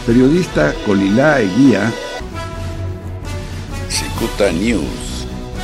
periodista Colilá Eguía. Cicuta News.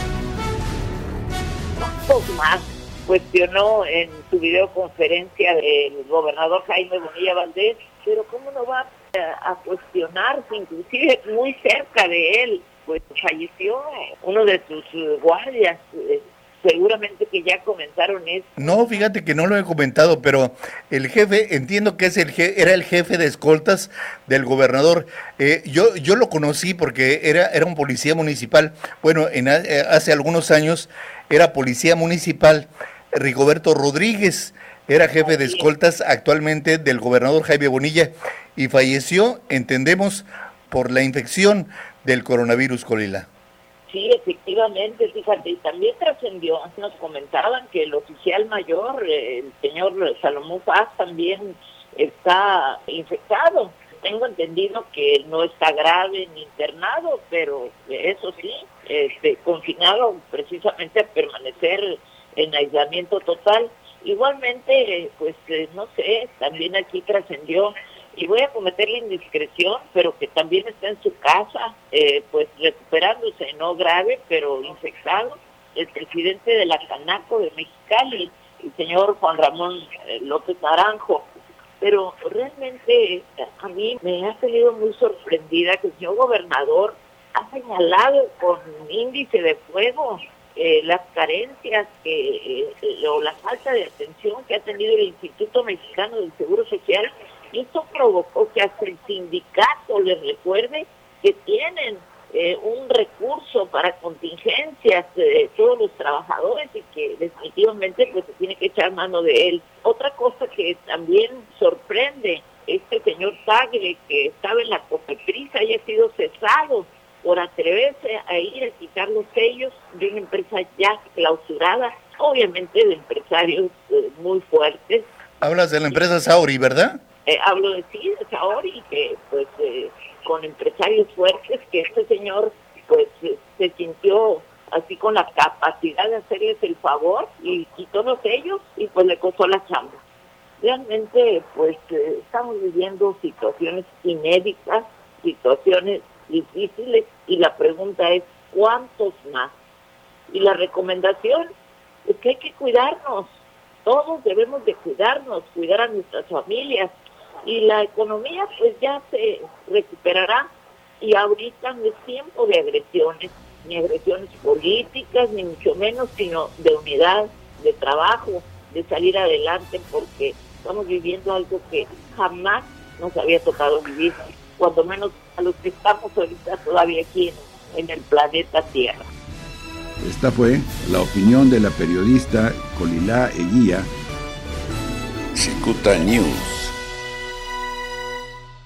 Más cuestionó en su videoconferencia el gobernador Jaime Bonilla Valdés, pero ¿cómo no va a cuestionarse? Inclusive muy cerca de él, pues falleció uno de sus guardias. Seguramente que ya comentaron esto. No, fíjate que no lo he comentado, pero el jefe, entiendo que era el jefe de escoltas del gobernador. Yo lo conocí porque era un policía municipal. Bueno, hace algunos años era policía municipal. Rigoberto Rodríguez era jefe de escoltas actualmente del gobernador Jaime Bonilla y falleció, entendemos, por la infección del coronavirus, Colila. Sí, efectivamente, fíjate, y también trascendió, nos comentaban que el oficial mayor, el señor Salomón Paz, también está infectado. Tengo entendido que no está grave ni internado, pero eso sí, confinado precisamente a permanecer en aislamiento total. Igualmente, pues no sé, también aquí trascendió, y voy a cometer la indiscreción, pero que también está en su casa, pues recuperándose, no grave, pero infectado, el presidente de la Canaco de Mexicali, el señor Juan Ramón López Naranjo. Pero realmente a mí me ha tenido muy sorprendida que el señor gobernador ha señalado con índice de fuego las carencias o la falta de atención que ha tenido el Instituto Mexicano del Seguro Social. Y esto provocó que hasta el sindicato les recuerde que tienen un recurso para contingencias de todos los trabajadores y que definitivamente pues se tiene que echar mano de él. Otra cosa que también sorprende, este señor Tagle, que estaba en la COFEPRIS, haya sido cesado por atreverse a ir a quitar los sellos de una empresa ya clausurada, obviamente de empresarios muy fuertes. Hablas de la empresa Saori, ¿verdad? Hablo de Saori, que pues con empresarios fuertes, que este señor pues se sintió así con la capacidad de hacerles el favor y quitó los sellos y pues le costó la chamba. Realmente pues estamos viviendo situaciones inéditas, situaciones difíciles, y la pregunta es ¿cuántos más? Y la recomendación es que hay que cuidarnos, todos debemos de cuidarnos, cuidar a nuestras familias, y la economía pues ya se recuperará, y ahorita no es tiempo de agresiones, ni agresiones políticas, ni mucho menos, sino de unidad, de trabajo, de salir adelante, porque estamos viviendo algo que jamás nos había tocado vivir, cuando menos a los que estamos ahorita todavía aquí en el planeta Tierra. Esta fue la opinión de la periodista Colilá Eguía. Cicuta News.